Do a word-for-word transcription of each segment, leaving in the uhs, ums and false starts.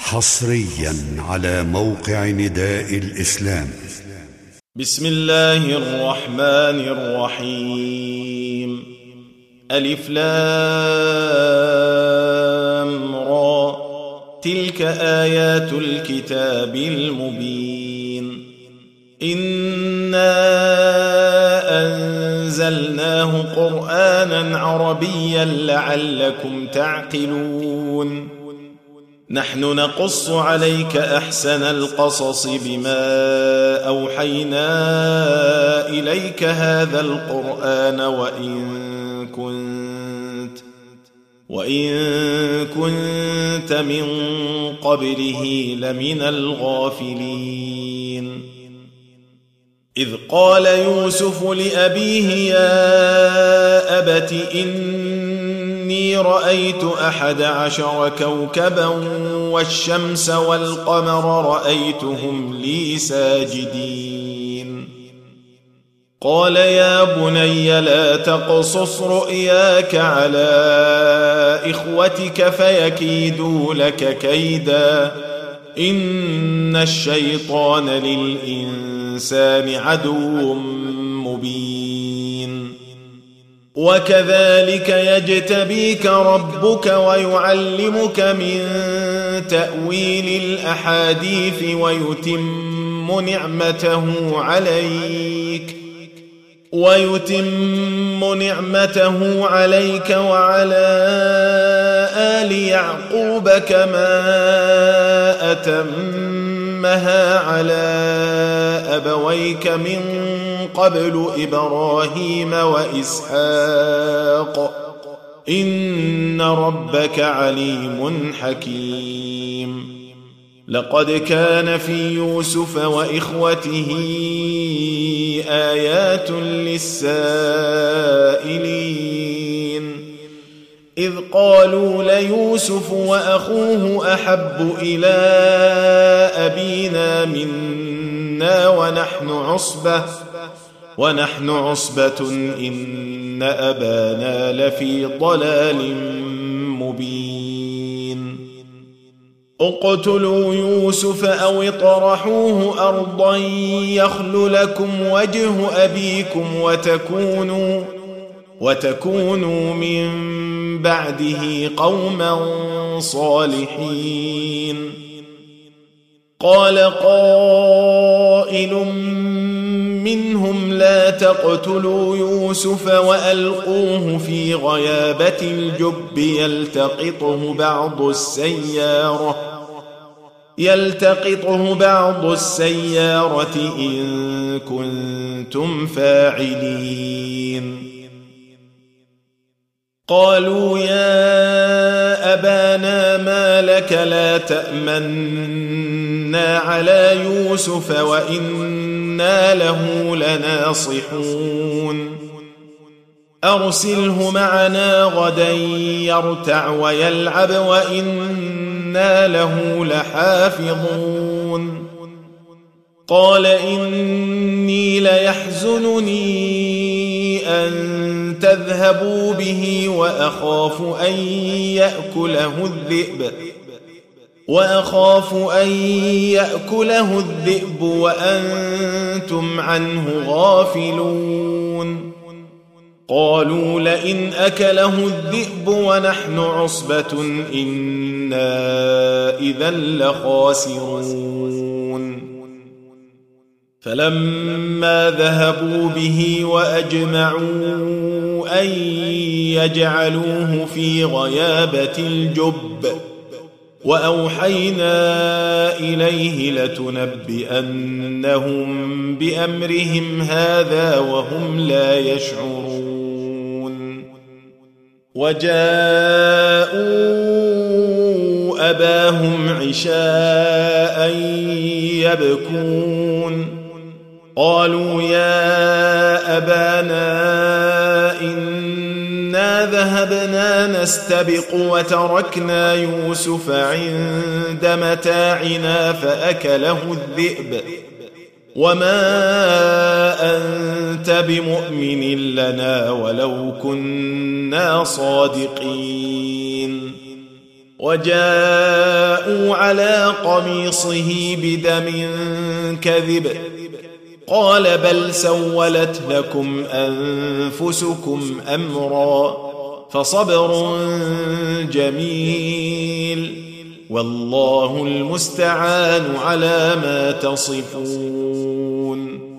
حصريا على موقع نداء الإسلام. بسم الله الرحمن الرحيم. ألف لام را، تلك آيات الكتاب المبين. إنا أنزلناه قرآنا عربيا لعلكم تعقلون. نحن نقص عليك أحسن القصص بما أوحينا إليك هذا القرآن وإن كنت وإن كنت من قبله لمن الغافلين. إذ قال يوسف لأبيه يا أبت إني رأيت أحد عشر كوكبا والشمس والقمر رأيتهم لي ساجدين. قال يا بني لا تقصص رؤياك على إخوتك فيكيدوا لك كيدا، إن الشيطان للإنسان عدو مبين. وكذلك يجتبيك ربك ويعلمك من تأويل الأحاديث ويتم نعمته عليك ويتم نعمته عليك وعلى آل يعقوب كما أتمها على أبويك من قبل إبراهيم وإسحاق، إن ربك عليم حكيم. لقد كان في يوسف وإخوته آيات للسائلين، إذ قالوا ليوسف وأخوه أحب إلى أبينا منا ونحن عصبة ونحن عصبة إن أبانا لفي ضلال مبين. اقتلوا يوسف أو اطرحوه أرضا يخل لكم وجه أبيكم وتكونوا وتكونوا من بعده قوما صالحين. قال قائل منهم لا تقتلوا يوسف وألقوه في غيابة الجب يلتقطه بعض السيارة يلتقطه بعض السيارة إن كنتم فاعلين. قالوا يا أبانا ما لك لا تأمنا على يوسف وإنا له لناصحون. أرسله معنا غدا يرتع ويلعب وإنا له لحافظون. قال إني ليحزنني أن تذهبوا به وأخاف أن يأكله الذئب وأخاف أن يأكله الذئب وأنتم عنه غافلون. قالوا لئن أكله الذئب ونحن عصبة إنا إذا لخاسرون. فلما ذهبوا به وأجمعوا أن يجعلوه في غيابة الجب وأوحينا إليه لتنبئنهم بأمرهم هذا وهم لا يشعرون. وجاءوا أباهم عشاء يبكون. قالوا يا أبانا إنا ذهبنا نستبق وتركنا يوسف عند متاعنا فأكله الذئب وما أنت بمؤمن لنا ولو كنا صادقين. وجاءوا فألقوا على قميصه بدم كذب قال بل سولت لكم أنفسكم أمرا فصبر جميل والله المستعان على ما تصفون.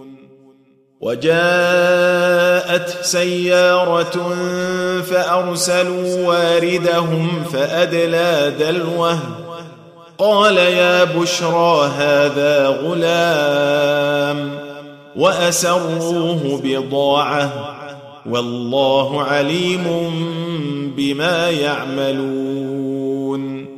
وجاءت سيارة فأرسلوا واردهم فأدلى دلوه قال يا بشرى هذا غلام وأسروه بضاعة والله عليم بما يعملون.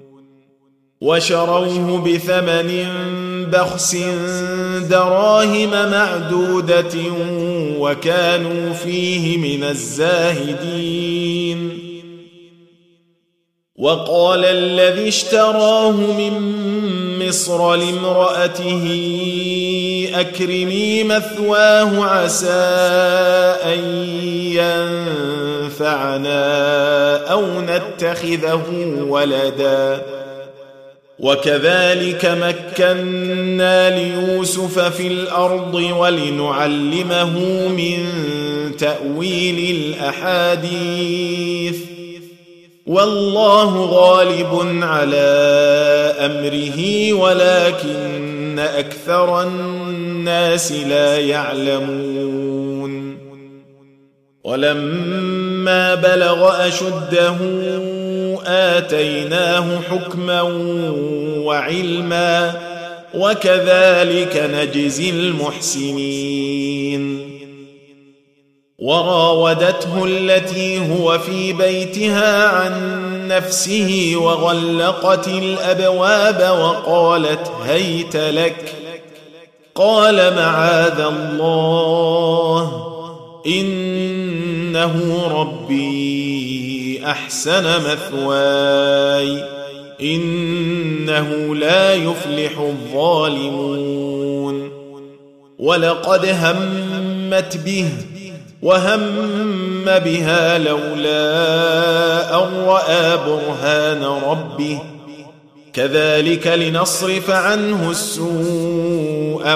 وشروه بثمن بخس دراهم معدودة وكانوا فيه من الزاهدين. وقال الذي اشتراه من مصر لامرأته أكرمي مثواه عسى أن ينفعنا أو نتخذه ولدا وكذلك مكنا ليوسف في الأرض ولنعلمه من تأويل الأحاديث والله غالب على أمره ولكن أكثر الناس لا يعلمون. ولما بلغ أشده آتيناه حكما وعلما وكذلك نجزي المحسنين. وراودته التي هو في بيتها عن نفسه وغلقت الأبواب وقالت هيت لك قال معاذ الله إنه ربي أحسن مثواي إنه لا يفلح الظالمون. ولقد همت به وهم بها لولا أن رأى برهان ربه كذلك لنصرف عنه السوء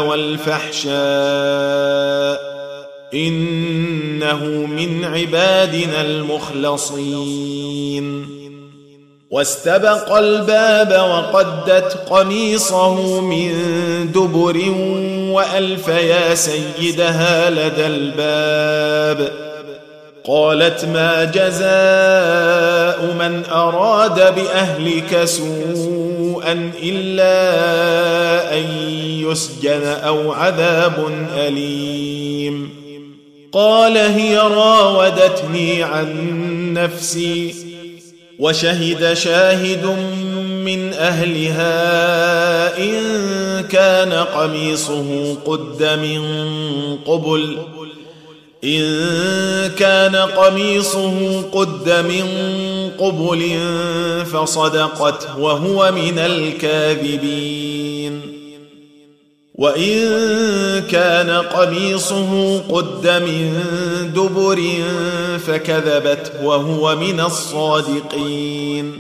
والفحشاء إنه من عبادنا المخلصين. واستبق الباب وقدت قميصه من دبر وألف يا سيدها لدى الباب قالت ما جزاء من أراد بأهلك سوءا إلا أن يسجن أو عذاب أليم قال هي راودتني عن نفسي وشهد شاهد من أهلها إن كان قميصه قد من قبل إن كان قميصه قد من قبل فصدقت وهو من الكاذبين وإن كان قميصه قد من دبر فكذبت وهو من الصادقين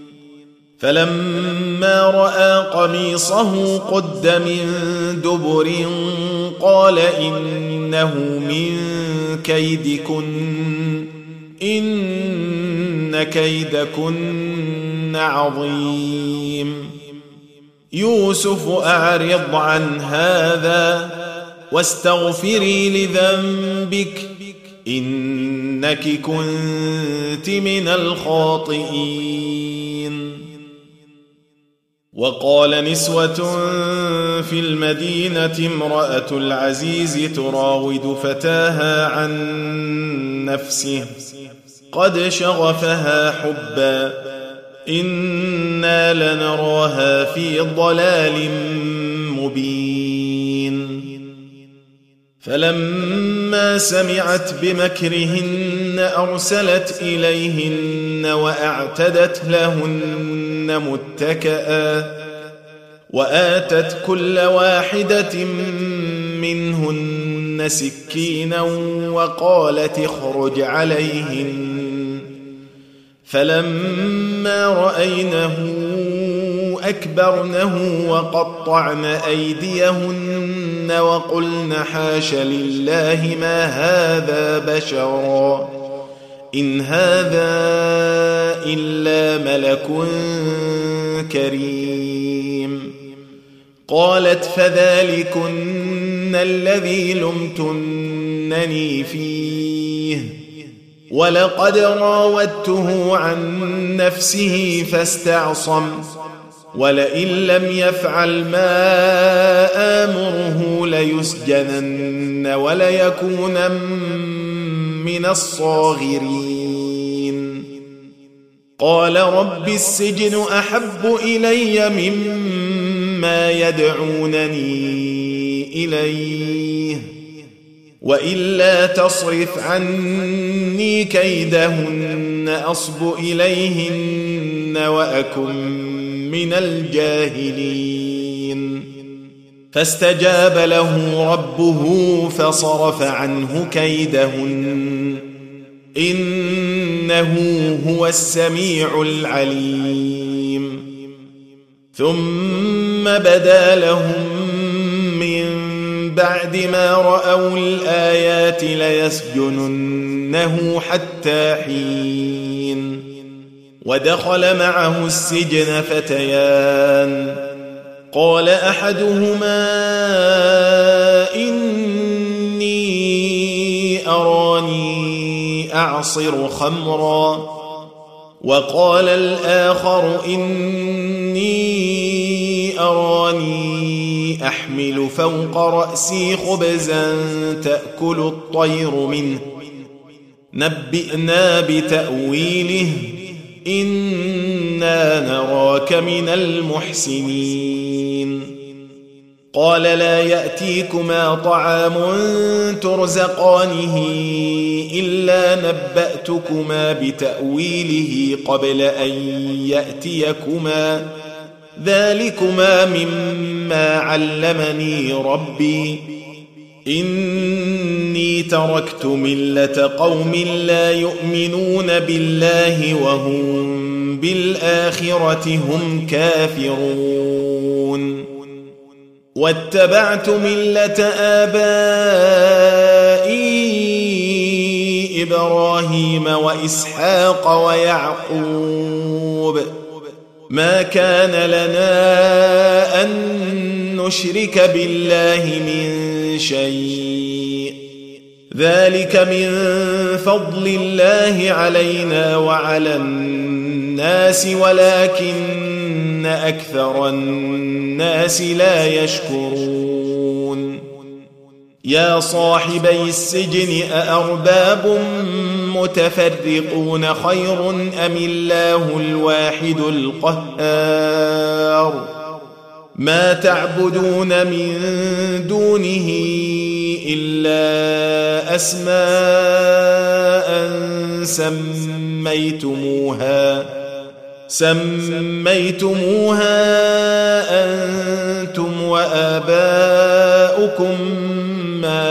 فلما رأى قميصه قد من دبر قال إنه من كيدكن إن كيدكن عظيم يوسف أعرض عن هذا واستغفري لذنبك إنك كنت من الخاطئين. وقال نسوة في المدينة امرأة العزيز تراود فتاها عن نفسه قد شغفها حبا إنا لنراها في ضلال مبين. فلما سمعت بمكرهن أرسلت إليهن وأعتدت لهن متكئا وآتت كل واحدة منهن سكينا وقالت اخرج عليهن فلما رأينه أكبرنه وقطعن أيديهن وقلن حاش لله ما هذا بشرا إن هذا إلا ملك كريم. قالت فذلكن الذي لمتنني فيه ولقد راودته عن نفسه فاستعصم ولئن لم يفعل ما آمره ليسجنن وليكون من الصاغرين. قال رب السجن أحب إلي مما يدعونني إليه وإلا تصرف عني كيدهن أصب إليهن وأكن من الجاهلين. فاستجاب له ربه فصرف عنه كيدهن إنه هو السميع العليم. ثم بدا لهم من بعد ما رأوا الآيات ليسجننه حتى حين. ودخل معه السجن فتيان قال أحدهما إني أراني أعصر خمرا وقال الآخر إني أراني أحمل فوق رأسي خبزا تأكل الطير منه نبئنا بتأويله إنا نراك من المحسنين. قال لا يأتيكما طعام ترزقانه إلا نبأتكما بتأويله قبل أن يأتيكما ذلكما مما علمني ربي إني تركت ملة قوم لا يؤمنون بالله وهم بالآخرة هم كافرون واتبعت ملة آبائي إبراهيم وإسحاق ويعقوب ما كان لنا أن نشرك بالله من شيء ذلك من فضل الله علينا وعلى الناس ولكن أكثر الناس لا يشكرون. يا صاحبي السجن أأرباب متفرقون خير أم الله الواحد القهار ما تعبدون من دونه إلا أسماء سميتموها سميتموها أنتم وآباؤكم ما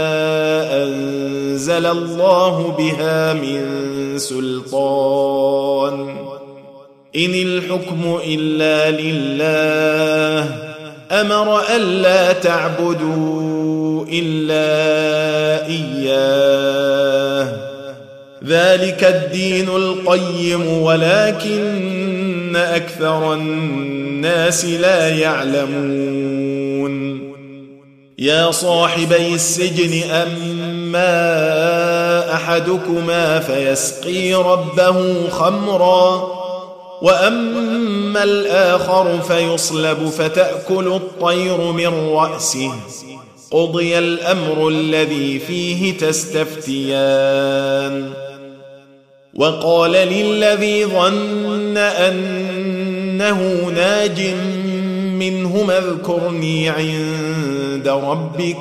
أنزل الله بها من سلطان إن الحكم إلا لله أمر ألا تعبدوا إلا إياه ذلك الدين القيم ولكن أكثر الناس لا يعلمون. يا صاحبي السجن أما أحدكما فيسقي ربه خمرا وأما الآخر فيصلب فتأكل الطير من رأسه قضي الأمر الذي فيه تستفتيان. وقال للذي ظن أنه ناج منهما اذكرني عند ربك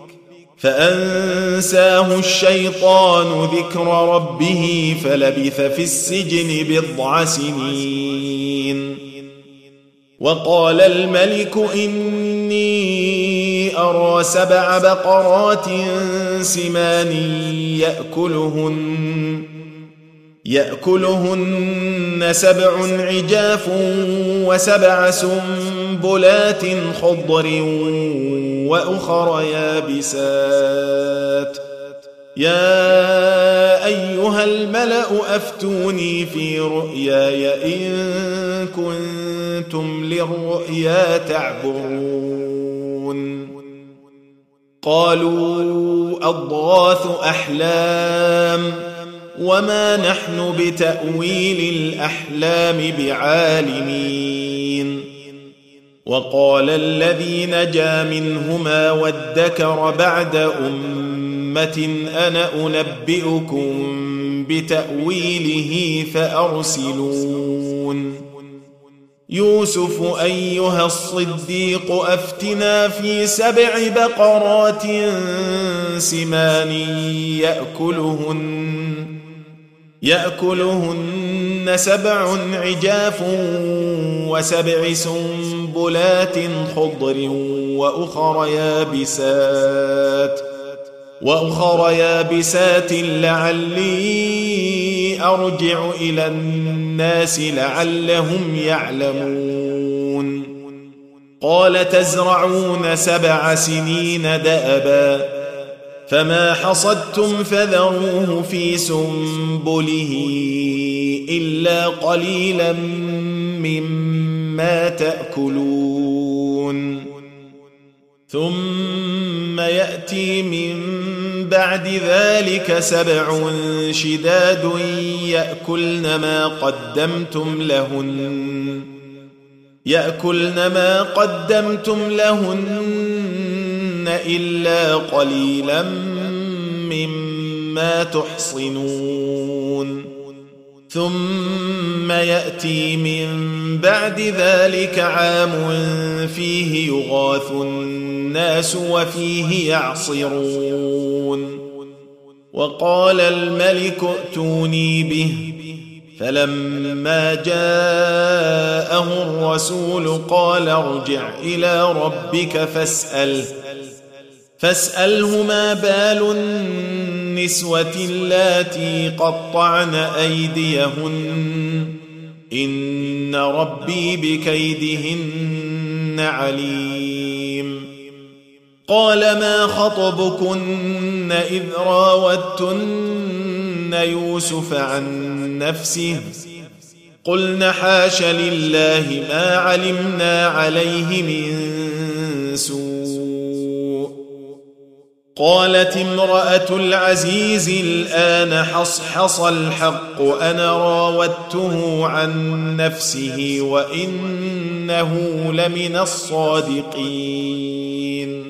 فأنساه الشيطان ذكر ربه فلبث في السجن بضع سنين. وقال الملك إني أرى سبع بقرات سمان يأكلهن يأكلهن سبع عجاف وسبع سنبلات خضر وأخر يابسات يا أيها الملأ أفتوني في رؤياي إن كنتم للرؤيا تعبرون قالوا أضغاث أحلام وما نحن بتأويل الأحلام بعالمين وقال الذي نجا منهما وادكر بعد أمة أنا أنبئكم بتأويله فأرسلون يوسف أيها الصديق أفتنا في سبع بقرات سمان يأكلهن يأكلهن سبع عجاف وسبع سنبلات خضر وأخر يابسات وأخر يابسات لعلي أرجع إلى الناس لعلهم يعلمون قال تزرعون سبع سنين دأبا فما حصدتم فذروه في سنبله إلا قليلا مما تأكلون ثم يأتي من بعد ذلك سبع شداد يأكلن ما قدمتم لهن يأكلن ما قدمتم لهن إلا قليلا مما تحصنون ثم يأتي من بعد ذلك عام فيه يغاث الناس وفيه يعصرون وقال الملك ائتوني به فلما جاءه الرسول قال ارجع إلى ربك فاسأله فاسأله ما بال النسوة اللاتي قطعن أيديهن إن ربي بكيدهن عليم قال ما خطبكن إذ راوتن يوسف عن نفسه قلن حاش لله ما علمنا عليه من سوء قالت امرأة العزيز الآن حصحص الحق أنا راودته عن نفسه وإنه لمن الصادقين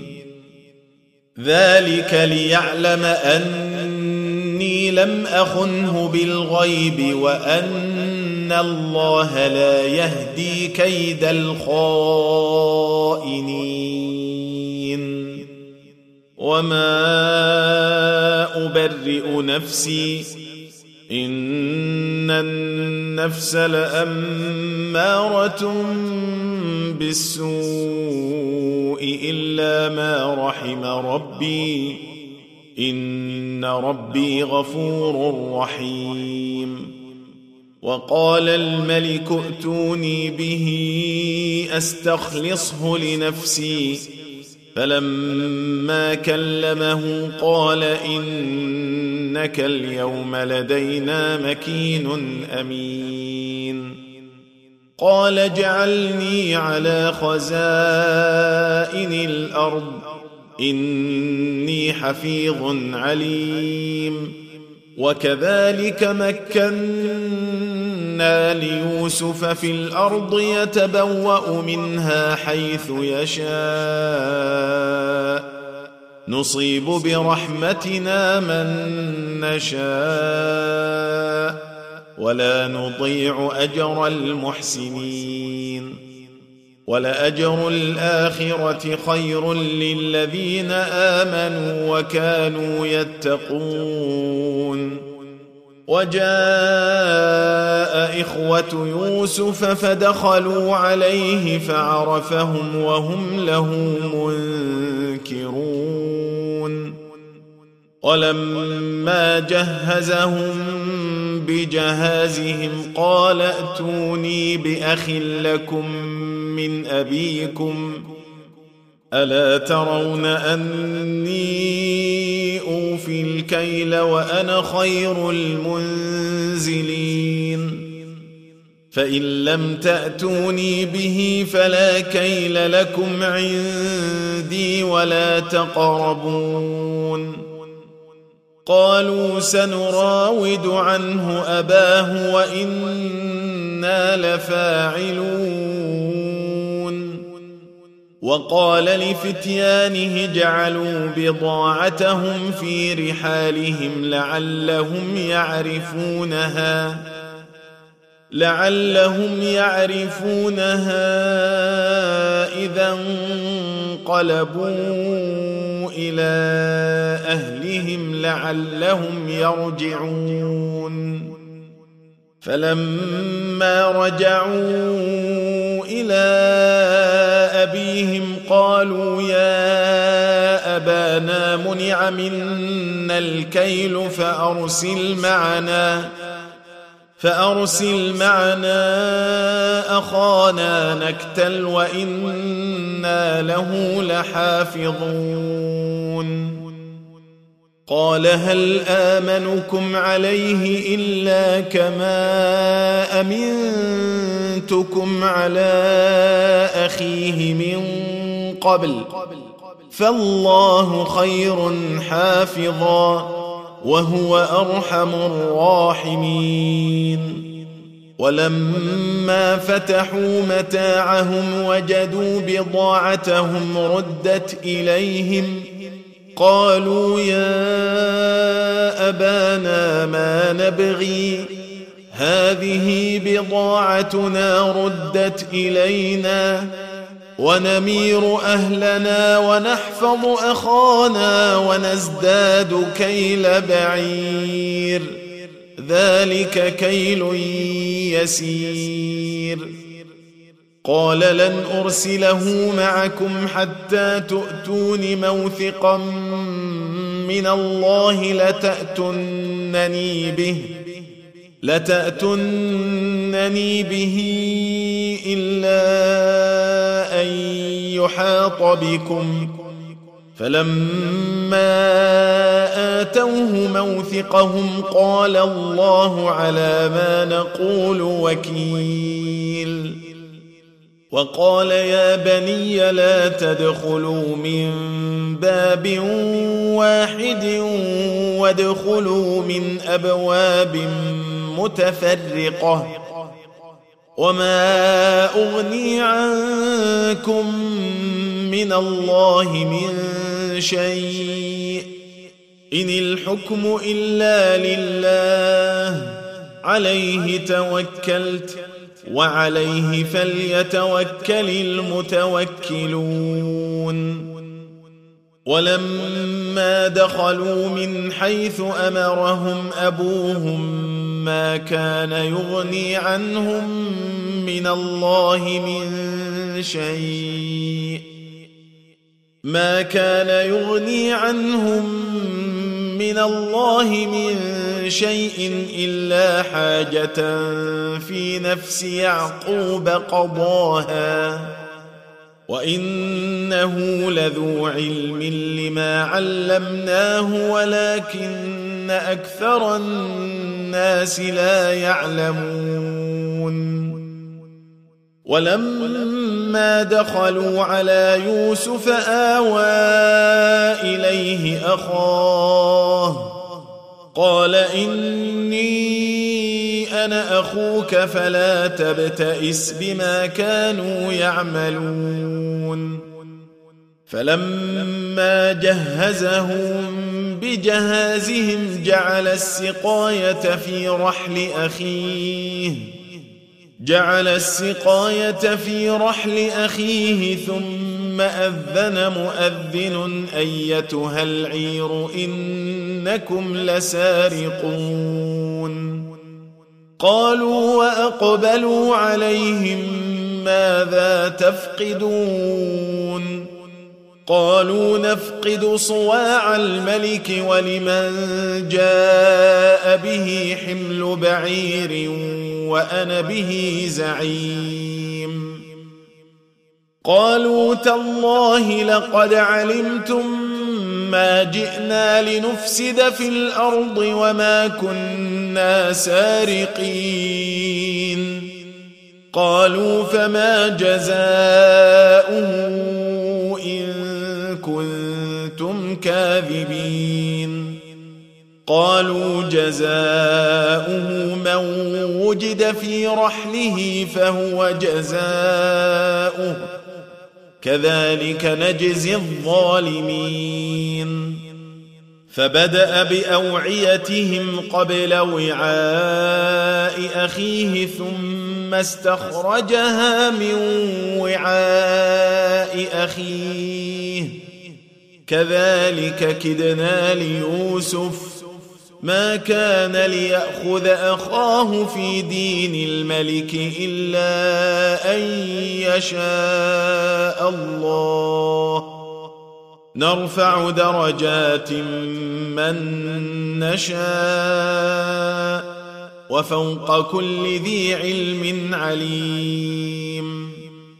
ذلك ليعلم أني لم أخنه بالغيب وأن الله لا يهدي كيد الخائنين وما أبرئ نفسي إن النفس لأمارة بالسوء إلا ما رحم ربي إن ربي غفور رحيم وقال الملك ائتوني به أستخلصه لنفسي فلما كلمه قال إنك اليوم لدينا مكين أمين قال اجعلني على خزائن الأرض إني حفيظ عليم وكذلك مكنا ليوسف في الأرض يتبوأ منها حيث يشاء نصيب برحمتنا من نشاء ولا نضيع أجر المحسنين ولأجر الآخرة خير للذين آمنوا وكانوا يتقون وجاء إخوة يوسف فدخلوا عليه فعرفهم وهم له منكرون ولما جهزهم بجهازهم قال ائتوني بأخ لكم من أبيكم ألا ترون أني أوفي الكيل وأنا خير المنزلين فإن لم تأتوني به فلا كيل لكم عندي ولا تقربون قالوا سنراود عنه أباه وإنا لفاعلون وقال لفتيانه جعلوا بضاعتهم في رحالهم لعلهم يعرفونها لعلهم يعرفونها إذا انقلبوا إلى أهلهم لعلهم يرجعون فلما رجعوا إلى أبيهم قالوا يا أبانا منع منا الكيل فأرسل معنا فأرسل معنا أخانا نكتل وإنا له لحافظون قال هل آمنكم عليه إلا كما أمنتكم على أخيه من قبل فالله خير حافظا وهو أرحم الراحمين ولما فتحوا متاعهم وجدوا بضاعتهم ردت إليهم قالوا يا أبانا ما نبغي هذه بضاعتنا ردت إلينا ونمير أهلنا ونحفظ أخانا ونزداد كيل بعير ذلك كيل يسير قال لن أرسله معكم حتى تؤتون موثقا من الله لتأتونني به لتأتونني به إلا أن يحاط بكم فلما آتوه موثقهم قال الله على ما نقول وكيل وقال يا بني لا تدخلوا من باب واحد وادخلوا من أبواب متفرقة وما أغني عنكم من الله من شيء إن الحكم إلا لله عليه توكلت وعليه فليتوكل المتوكلون ولما دخلوا من حيث أمرهم أبوهم ما كان يغني عنهم من الله من شيء ما كان يغني عنهم من الله من شيء إلا حاجة في نفس يعقوب قضاها وإنه لذو علم لما علمناه ولكن أكثر الناس لا يعلمون ولما دخلوا على يوسف آوى إليه أخاه قال إني أنا أخوك فلا تبتئس بما كانوا يعملون فلما جهزهم بجهازهم جعل السقاية في رحل أخيه جعل السقاية في رحل أخيه ثم أذن مؤذن أيتها العير إنكم لسارقون قالوا وأقبلوا عليهم ماذا تفقدون قالوا نفقد صواع الملك ولمن جاء به حمل بعير وأنا به زعيم قالوا تالله لقد علمتم ما جئنا لنفسد في الأرض وما كنا سارقين قالوا فما جزاؤه إن كنتم كاذبين قالوا جزاؤه من وجد في رحله فهو جزاؤه كذلك نجزي الظالمين فبدأ بأوعيتهم قبل وعاء أخيه ثم استخرجها من وعاء أخيه كذلك كدنا ليوسف ما كان ليأخذ أخاه في دين الملك إلا أن يشاء الله نرفع درجات من نشاء وفوق كل ذي علم عليم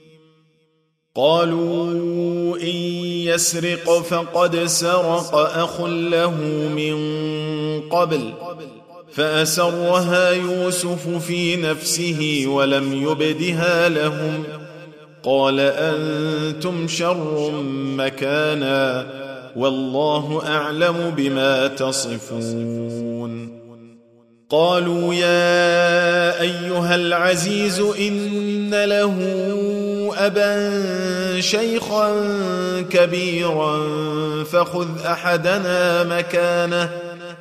قالوا إن يسرق فقد سرق أخ له من قبل فأسرها يوسف في نفسه ولم يبدها لهم قال أنتم شر مكانا والله أعلم بما تصفون قالوا يا أيها العزيز إن له أبا شيخا كبيرا فخذ أحدنا مكانه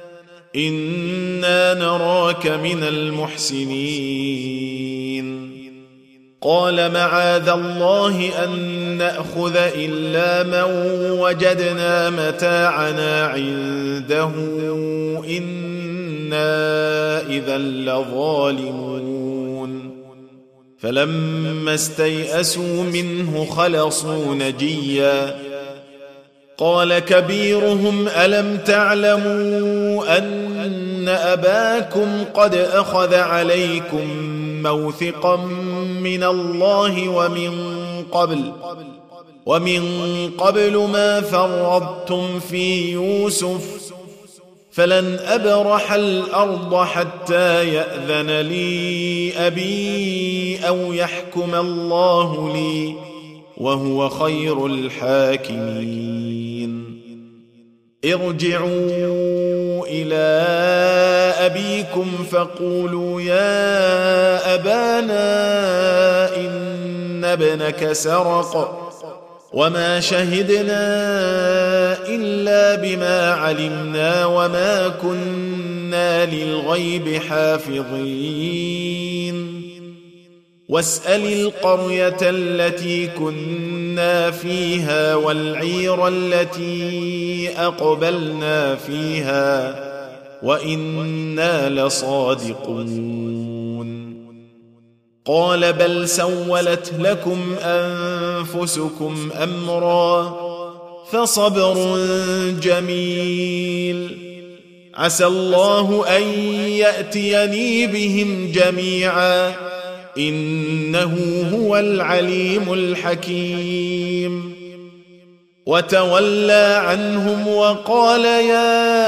إنا نراك من المحسنين قال معاذ الله أن نأخذ إلا من وجدنا متاعنا عنده إنا إذا لظالمون فلما استيئسوا منه خلصوا نجيا قال كبيرهم ألم تعلموا أن أباكم قد أخذ عليكم موثقا من الله ومن قبل ومن قبل ما فرضتم في يوسف فلن أبرح الأرض حتى يأذن لي أبي أو يحكم الله لي وهو خير الحاكمين ارجعوا إلى أبيكم فقولوا يا أبانا إن ابنك سرق وما شهدنا إلا بما علمنا وما كنا للغيب حافظين واسأل القرية التي كنا فيها والعير التي أقبلنا فيها وإنا لصادقون قال بل سولت لكم أنفسكم أمرا فصبر جميل عسى الله أن يأتيني بهم جميعا إنه هو العليم الحكيم وتولى عنهم وقال يا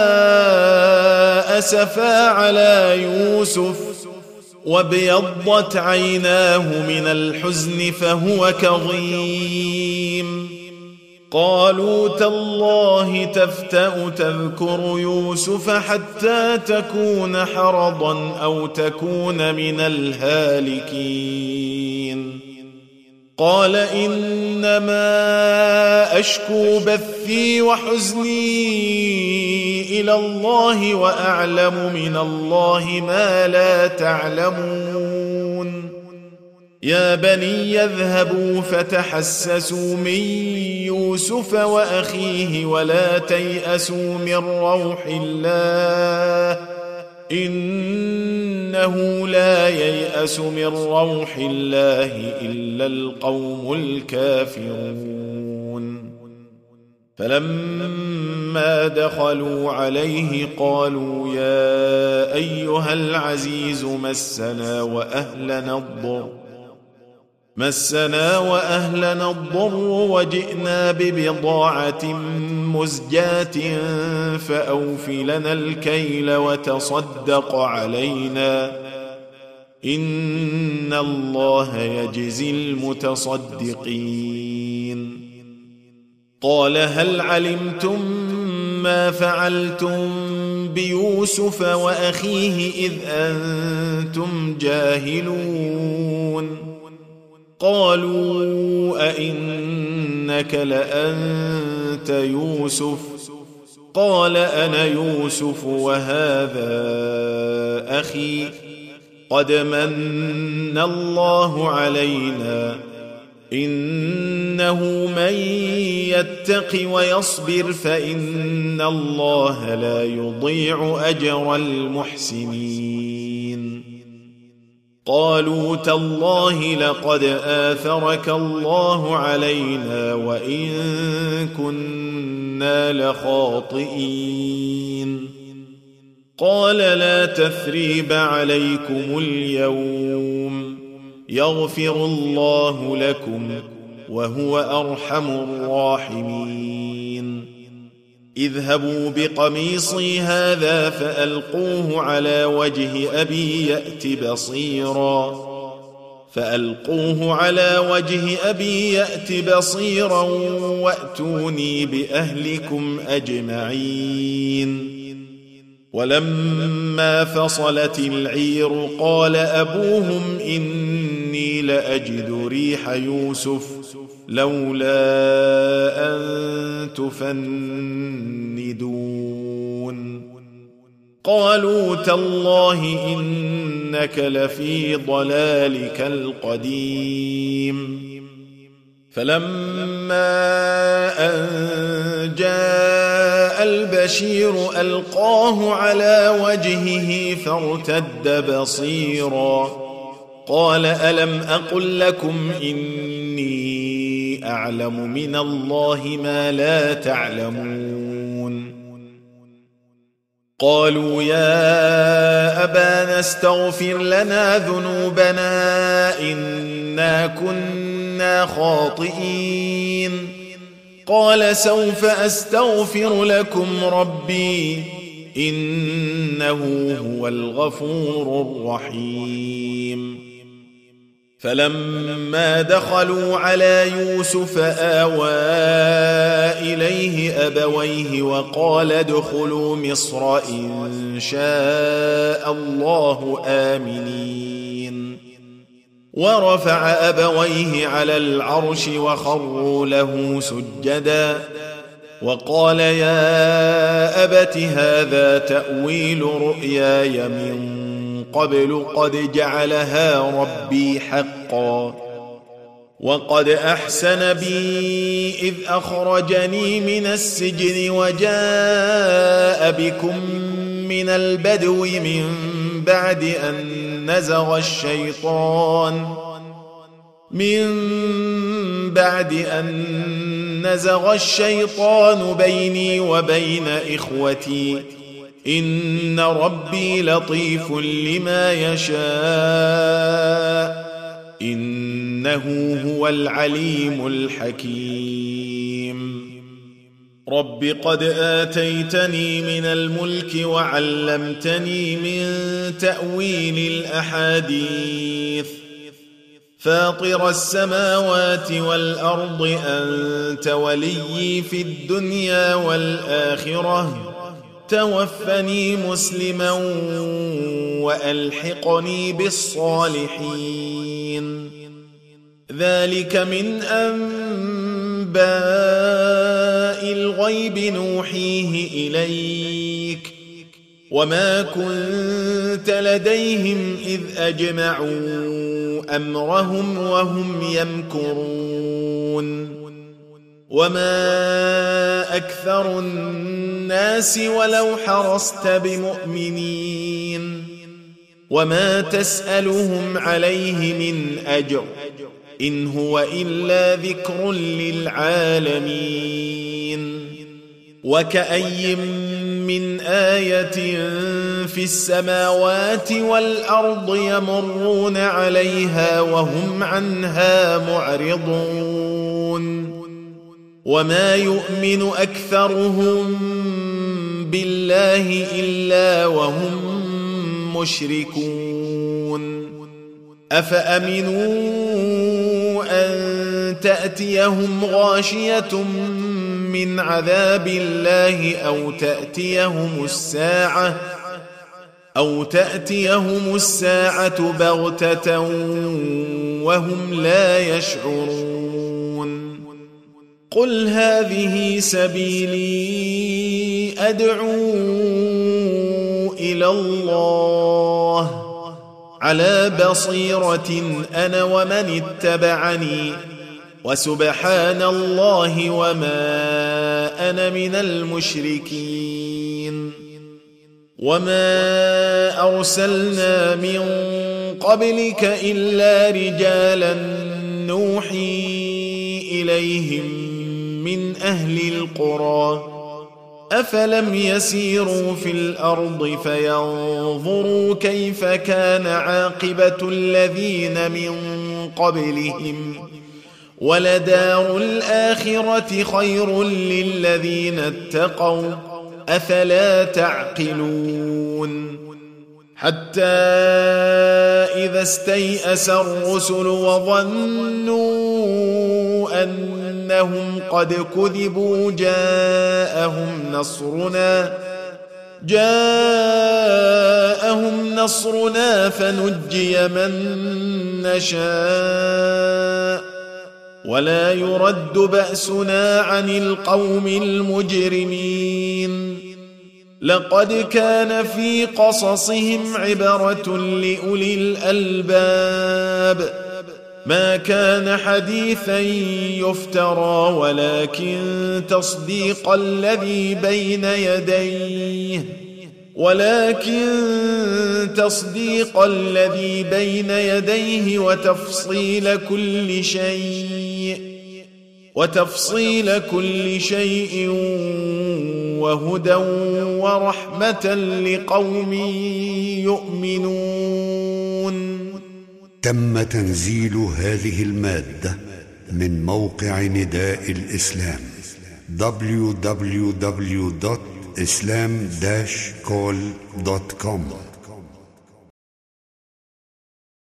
أسفا على يوسف وابيضت عيناه من الحزن فهو كظيم قالوا تالله تفتأ تذكر يوسف حتى تكون حرضا أو تكون من الهالكين قال إنما أشكو بثي وحزني إلى الله وأعلم من الله ما لا تعلمون يا بني يذهبوا فتحسسوا من يوسف وأخيه ولا تيأسوا من روح الله إنه لا ييأس من روح الله إلا القوم الكافرون فلما دخلوا عليه قالوا يا أيها العزيز مسنا وأهلنا الضر مسنا وأهلنا الضر وجئنا ببضاعة مزجاة فأوف لنا الكيل وتصدق علينا إن الله يجزي المتصدقين قال هل علمتم ما فعلتم بيوسف وأخيه إذ أنتم جاهلون قالوا أئنك لأنت يوسف قال أنا يوسف وهذا أخي قد من الله علينا إنه من يتق ويصبر فإن الله لا يضيع أجر المحسنين قالوا تالله لقد آثرك الله علينا وإن كنا لخاطئين قال لا تثريب عليكم اليوم يغفر الله لكم وهو أرحم الراحمين اذهبوا بقميصي هذا فألقوه على وجه أبي يأت بصيرا فألقوه على وجه أبي يأت بصيرا وأتوني بأهلكم أجمعين ولما فصلت العير قال أبوهم إني لأجد ريح يوسف لولا أن تفندون قالوا تالله إنك لفي ضلالك القديم فلما أن جاء البشير ألقاه على وجهه فارتد بصيرا قال ألم أقل لكم إني أعلم من الله ما لا تعلمون قالوا يا أبانا استغفر لنا ذنوبنا إنا كنا خاطئين قال سوف أستغفر لكم ربي إنه هو الغفور الرحيم فلما دخلوا على يوسف آوى إليه أبويه وقال ادخلوا مصر إن شاء الله آمنين ورفع أبويه على العرش وخروا له سجدا وقال يا أبت هذا تأويل رؤياي من قبل قد جعلها ربي حقا وقد أحسن بي إذ أخرجني من السجن وجاء بكم من البدو من بعد أن نزغ الشيطان من بعد أن نزغ الشيطان بيني وبين إخوتي إن ربي لطيف لما يشاء إنه هو العليم الحكيم رب قد آتيتني من الملك وعلمتني من تأويل الأحاديث فاطر السماوات والأرض أنت وليي في الدنيا والآخرة توفني مسلما وألحقني بالصالحين ذلك من أنباء الغيب نوحيه إليك وما كنت لديهم إذ أجمعوا أمرهم وهم يمكرون وما أكثر الناس ولو حرصت بمؤمنين وما تسألهم عليه من أجر إن هو إلا ذكر للعالمين وكأي من آية في السماوات والأرض يمرون عليها وهم عنها معرضون وما يؤمن أكثرهم بالله إلا وهم مشركون أفأمنوا أن تأتيهم غاشية من عذاب الله أو تأتيهم الساعة أو تأتيهم الساعة بغتة وهم لا يشعرون قل هذه سبيلي أدعو إلى الله على بصيرة أنا ومن اتبعني وسبحان الله وما أنا من المشركين وما أرسلنا من قبلك إلا رجالا نوحي إليهم من أهل القرى أفلم يسيروا في الأرض فينظروا كيف كان عاقبة الذين من قبلهم ولدار الآخرة خير للذين اتقوا أفلا تعقلون حتى إذا استيأس الرسل وظنوا أنهم قد كذبوا جاءهم نصرنا جاءهم نصرنا فنجي من نشاء ولا يرد بأسنا عن القوم المجرمين لقد كان في قصصهم عبرة لأولي الألباب ما كان حديثا يفترى ولكن تصديق الذي بين يديه ولكن تصديق الذي بين يديه وتفصيل كل شيء وتفصيل كل شيء وهدى ورحمة لقوم يؤمنون. تم تنزيل هذه المادة من موقع نداء الإسلام دبليو دبليو دبليو دوت islam dash call دوت كوم.